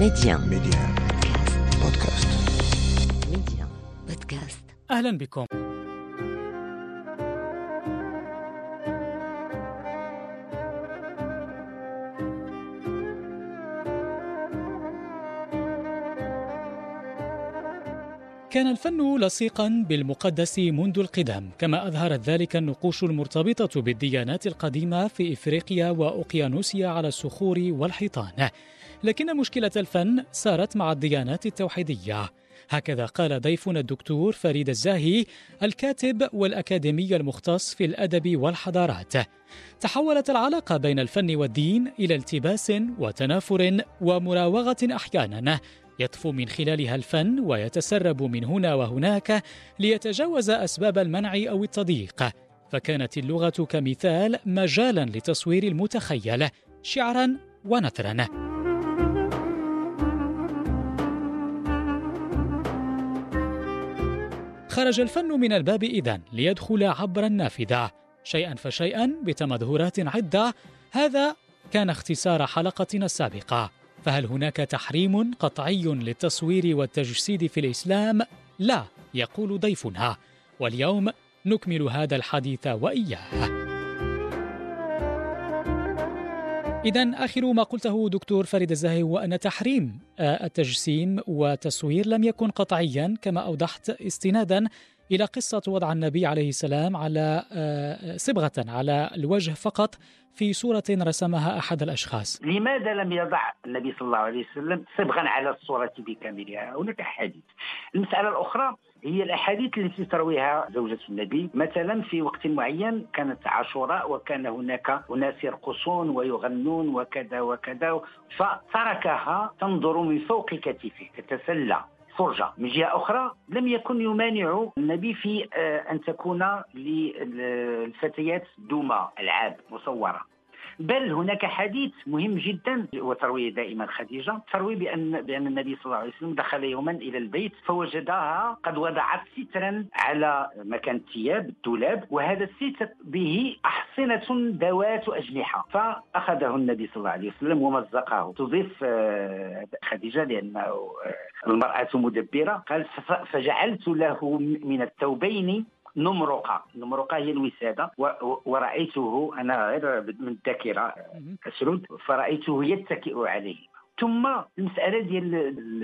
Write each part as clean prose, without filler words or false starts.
ميديان بودكاست. ميديان بودكاست. أهلا بكم. كان الفن لصيقا بالمقدس منذ القدم، كما أظهرت ذلك النقوش المرتبطة بالديانات القديمة في إفريقيا وأوقيانوسيا على الصخور والحيطان. لكن مشكلة الفن صارت مع الديانات التوحيدية. هكذا قال ضيفنا الدكتور فريد الزاهي، الكاتب والأكاديمي المختص في الأدب والحضارات. تحولت العلاقة بين الفن والدين إلى التباس وتنافر ومراوغة أحيانا، يطفو من خلالها الفن ويتسرب من هنا وهناك ليتجاوز أسباب المنع أو التضييق. فكانت اللغة كمثال مجالا لتصوير المتخيل شعرا ونثرا. خرج الفن من الباب إذن ليدخل عبر النافذة شيئا فشيئا بتمظهرات عدة. هذا كان اختصار حلقتنا السابقة. فهل هناك تحريم قطعي للتصوير والتجسيد في الإسلام؟ لا، يقول ضيفنا، واليوم نكمل هذا الحديث وإياه. إذن آخر ما قلته دكتور فريد الزاهي هو أن تحريم التجسيم والتصوير لم يكن قطعيا، كما أوضحت، استنادا إلى قصة وضع النبي عليه السلام على صبغة على الوجه فقط في صورة رسمها أحد الأشخاص. لماذا لم يضع النبي صلى الله عليه وسلم صبغا على الصورة بكاملها؟ هناك أحاديث. المسألة الأخرى هي الأحاديث التي ترويها زوجة النبي. مثلا في وقت معين كانت عاشوراء وكان هناك أناس يرقصون ويغنون وكذا وكذا، فتركها تنظر من فوق كتفه تتسلى فرجة. من جهة أخرى لم يكن يمانع النبي في أن تكون للفتيات دومة ألعاب مصورة. بل هناك حديث مهم جدا وتروي دائما خديجة، تروي بأن النبي صلى الله عليه وسلم دخل يوما إلى البيت فوجدها قد وضعت سترا على مكان الثياب الدولاب، وهذا الستر به أحصنة ذوات أجنحة، فأخذه النبي صلى الله عليه وسلم ومزقه. تضيف خديجة لأنه المرأة مدبرة، قال فجعلت له من الثوبين نمرقة هي الوسادة، ورأيته أنا غير من الذاكرة أسرد، فرأيته يتكئ عليه. ثم المسألة ديال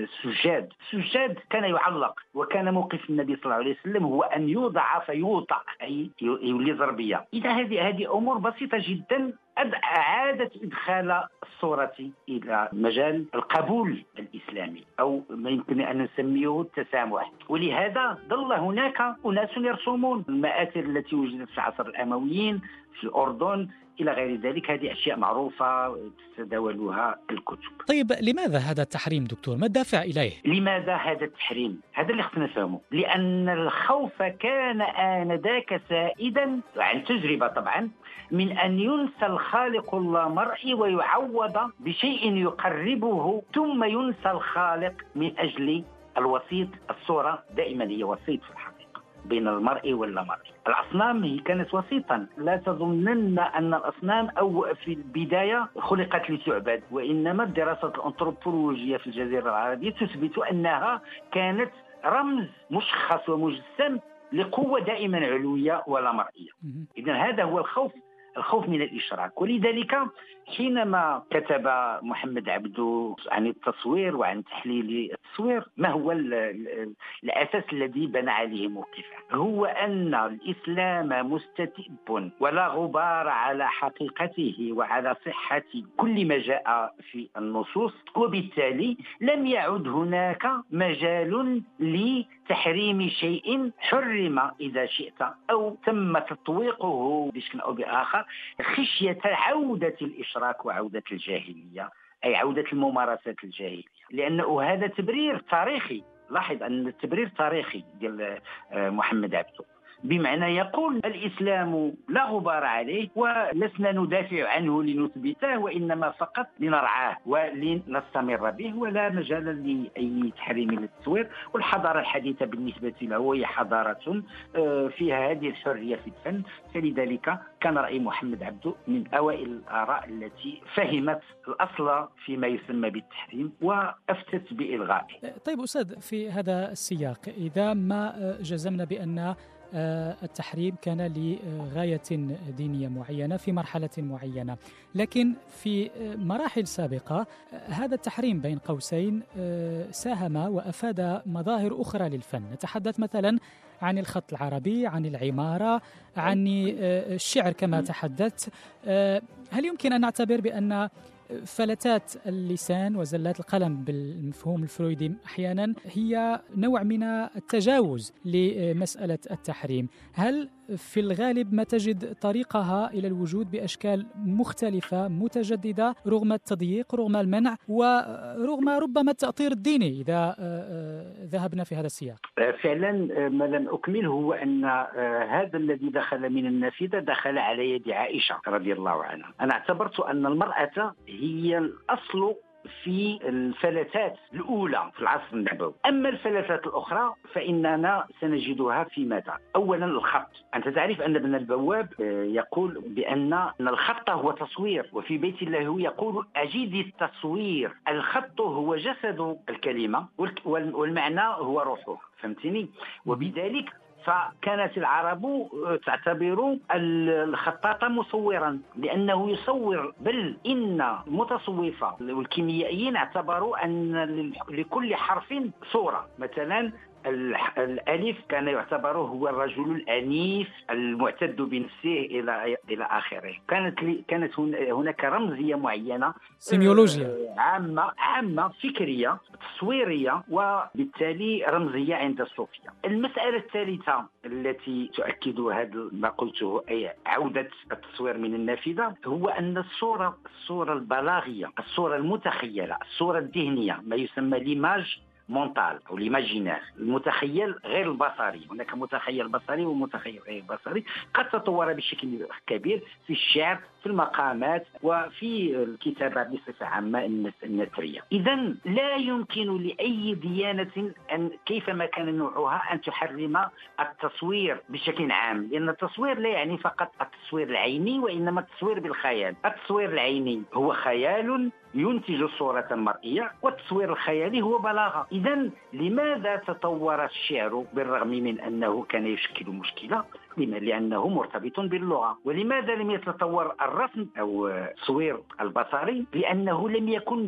السجاد كان يعلق، وكان موقف النبي صلى الله عليه وسلم هو أن يوضع فيوطأ، أي يولي ضربية. إذا هذه أمور بسيطة جدا أعادت إدخال الصورة إلى مجال القبول الإسلامي، أو ما يمكن أن نسميه التسامح. ولهذا ظل هناك أناس يرسمون المآثر التي وجدت في عصر الأمويين في الأردن إلى غير ذلك. هذه أشياء معروفة تتداولها الكتب. طيب لماذا هذا التحريم دكتور؟ ما الدافع إليه؟ لماذا هذا التحريم؟ هذا اللي خصنا نفهمه. لأن الخوف كان آنذاك سائدا عن تجربة طبعا، من أن ينسى الخالق اللامرئي ويعوض بشيء يقربه، ثم ينسى الخالق من أجل الوسيط. الصورة دائما هي وسيط في الحقيقة بين المرء واللامرئي. الأصنام هي كانت وسيطا. لا تظنن أن الأصنام أو في البداية خلقت لتعبد، وإنما الدراسة الأنثروبولوجية في الجزيرة العربية تثبت أنها كانت رمز مشخص ومجسم لقوة دائما علوية ولا مرئية. إذن هذا هو الخوف من الإشراك. ولذلك حينما كتب محمد عبده عن التصوير وعن تحليل التصوير، ما هو الأساس الذي بنى عليه موقفه؟ هو أن الإسلام مستتب ولا غبار على حقيقته وعلى صحة كل ما جاء في النصوص، وبالتالي لم يعد هناك مجال لتحريم شيء حرم إذا شئت أو تم تطويقه بشكل أو بآخر، خشية عودة الإشراك وعودة الجاهلية، أي عودة الممارسات الجاهلية. لأنه هذا تبرير تاريخي. لاحظ أن التبرير تاريخي ديال محمد عبده، بمعنى يقول الإسلام لا غبار عليه ولسنا ندافع عنه لنثبته، وإنما فقط لنرعاه ولنستمر به، ولا مجال لأي تحريم للتصوير. والحضارة الحديثة بالنسبة له هي حضارة فيها هذه الحرية في الفن، فلذلك كان رأي محمد عبده من أوائل الآراء التي فهمت الأصل فيما يسمى بالتحريم وأفتت بإلغائه. طيب أستاذ، في هذا السياق إذا ما جزمنا بأن التحريم كان لغاية دينية معينة في مرحلة معينة، لكن في مراحل سابقة هذا التحريم بين قوسين ساهم وأفاد مظاهر أخرى للفن. نتحدث مثلا عن الخط العربي، عن العمارة، عن الشعر كما تحدثت. هل يمكن أن نعتبر بأن فلتات اللسان وزلات القلم بالمفهوم الفرويدي أحيانا هي نوع من التجاوز لمسألة التحريم؟ هل في الغالب ما تجد طريقها إلى الوجود بأشكال مختلفة متجددة رغم التضييق، رغم المنع، ورغم ربما التأطير الديني إذا ذهبنا في هذا السياق؟ فعلا ما لم أكمل هو أن هذا الذي دخل من النافذة دخل على يد عائشة رضي الله عنها. أنا اعتبرت أن المرأة هي الأصل في الفلتات الأولى في العصر النبوي. أما الفلتات الأخرى فإننا سنجدها في ماذا؟ أولا الخط. أنت تعرف أن ابن البواب يقول بأن الخط هو تصوير، وفي بيت الله يقول أجيد التصوير. الخط هو جسد الكلمة والمعنى هو روحها، فهمتني؟ وبذلك فكانت العرب تعتبر الخطاط مصورا لأنه يصور، بل إن المتصوفة والكيميائيين اعتبروا أن لكل حرف صورة. مثلا الألف كان يعتبر هو الرجل الأنيف المعتد بنفسه إلى آخره. كانت هناك رمزية معينة سيميولوجيا عامة فكرية تصويرية وبالتالي رمزية عند الصوفية. المسألة الثالثة التي تؤكد هذا ما قلته أي عودة التصوير من النافذة هو أن الصورة البلاغية، الصورة المتخيلة، الصورة الذهنية، ما يسمى ليماج مونتال أو ليماجينير، المتخيل غير البصري. هناك متخيل بصري ومتخيل غير بصري، قد تطور بشكل كبير في الشعر، في المقامات، وفي الكتابة بصفة عامة النثرية. إذن لا يمكن لأي ديانة أن كيفما كان نوعها أن تحرم التصوير بشكل عام، لأن التصوير لا يعني فقط التصوير العيني وإنما التصوير بالخيال. التصوير العيني هو خيال ينتج صورة مرئية، والتصوير الخيالي هو بلاغة. إذن لماذا تطور الشعر بالرغم من أنه كان يشكل مشكلة؟ لأنه مرتبط باللغة. ولماذا لم يتطور الرسم أو التصوير البصري؟ لأنه لم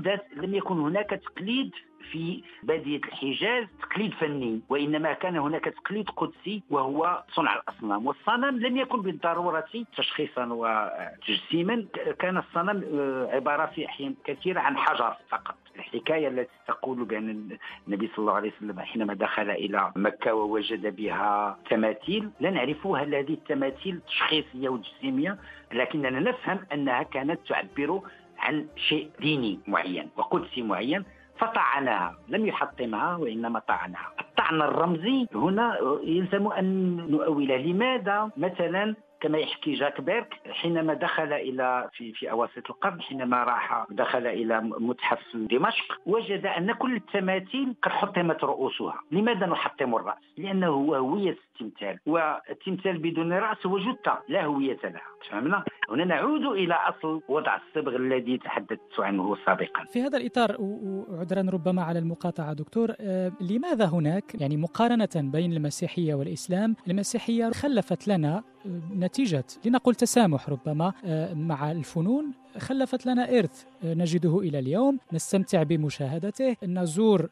يكن هناك تقليد في بادية الحجاز، تقليد فني، وإنما كان هناك تقليد قدسي وهو صنع الأصنام. والصنم لم يكن بالضرورة تشخيصا وتجسيما، كان الصنم عبارة في أحيان كثيرة عن حجر فقط. الحكاية التي تقول بأن النبي صلى الله عليه وسلم حينما دخل إلى مكة ووجد بها تماثيل، لا نعرف هل هذه التماثيل تشخيصية وتجسيمية، لكننا نفهم أنها كانت تعبر عن شيء ديني معين وقدسي معين، فطعنها، لم يحطمها وإنما طعنها. الطعن الرمزي هنا يلزم أن نؤوله. لماذا مثلا كما يحكي جاك بيرك حينما دخل إلى في أواسط القرن، حينما دخل إلى متحف دمشق، وجد أن كل التماثيل قد حطمت رؤوسها. لماذا نحطم الرأس؟ لأنه هو هوية التمثال، والتمثال بدون رأس هو جثة لا هوية لها. فهمنا؟ هنا نعود إلى أصل وضع الصبغ الذي تحدثت عنه سابقا. في هذا الإطار، وعذرا ربما على المقاطعة دكتور، لماذا هناك مقارنة بين المسيحية والإسلام؟ المسيحية خلفت لنا نتيجة لنقول تسامح ربما مع الفنون، خلفت لنا إرث نجده إلى اليوم، نستمتع بمشاهدته، نزور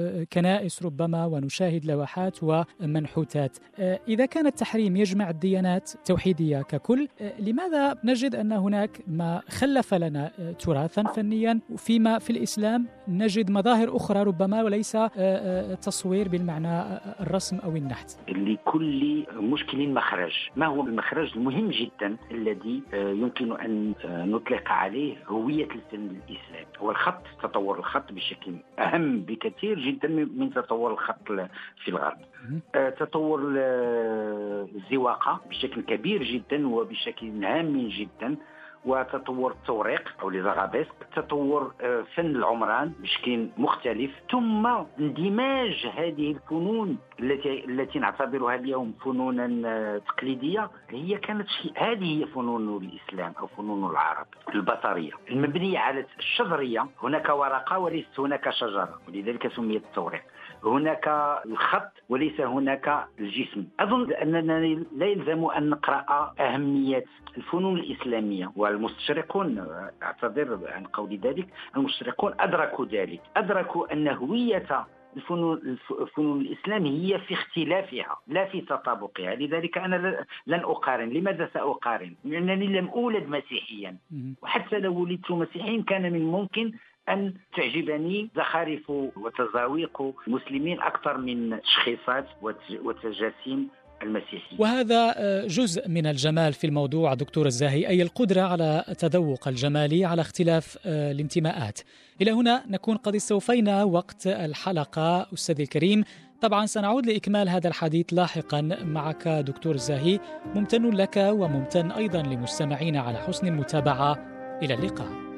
كنائس ربما ونشاهد لوحات ومنحوتات. إذا كان التحريم يجمع الديانات التوحيدية ككل، لماذا نجد أن هناك ما خلف لنا تراثا فنيا، فيما في الإسلام نجد مظاهر أخرى ربما وليس تصوير بالمعنى الرسم أو النحت؟ لكل مشكل مخرج. ما هو المخرج المهم جدا الذي يمكن أن نطلق ينطبق عليه هوية الفن الإسلامي. هو الخط، تطور الخط بشكل أهم بكثير جدا من تطور الخط في الغرب. تطور الزواقة بشكل كبير جدا وبشكل هام جدا، وتطور التوريق أو ليزارابيسك، تطور فن العمران بشكل مختلف، ثم اندماج هذه الفنون التي نعتبرها اليوم فنونا تقليدية. هذه هي فنون الإسلام أو فنون العرب البصرية المبنية على الشجرية. هناك ورقة وليست هناك شجرة، ولذلك سميت التوريق. هناك الخط وليس هناك الجسم. أظن أننا لا يلزم أن نقرأ أهمية الفنون الإسلامية، والمستشرقون، أعتذر عن قول ذلك، المستشرقون أدركوا ذلك، أدركوا أن هوية الفنون الإسلام هي في اختلافها لا في تطابقها. لذلك أنا لن أقارن. لماذا سأقارن؟ لأنني لم أولد مسيحيا، وحتى لو ولدت مسيحيا كان من ممكن أن تعجبني زخارف وتزاويق المسلمين أكثر من تشخيصات وتجاسيم المسيحية. وهذا جزء من الجمال في الموضوع دكتور الزاهي، أي القدرة على التذوق الجمالي على اختلاف الانتماءات. إلى هنا نكون قد استوفينا وقت الحلقة أستاذي الكريم. طبعا سنعود لإكمال هذا الحديث لاحقا معك دكتور الزاهي. ممتن لك وممتن أيضا لمستمعينا على حسن المتابعة. إلى اللقاء.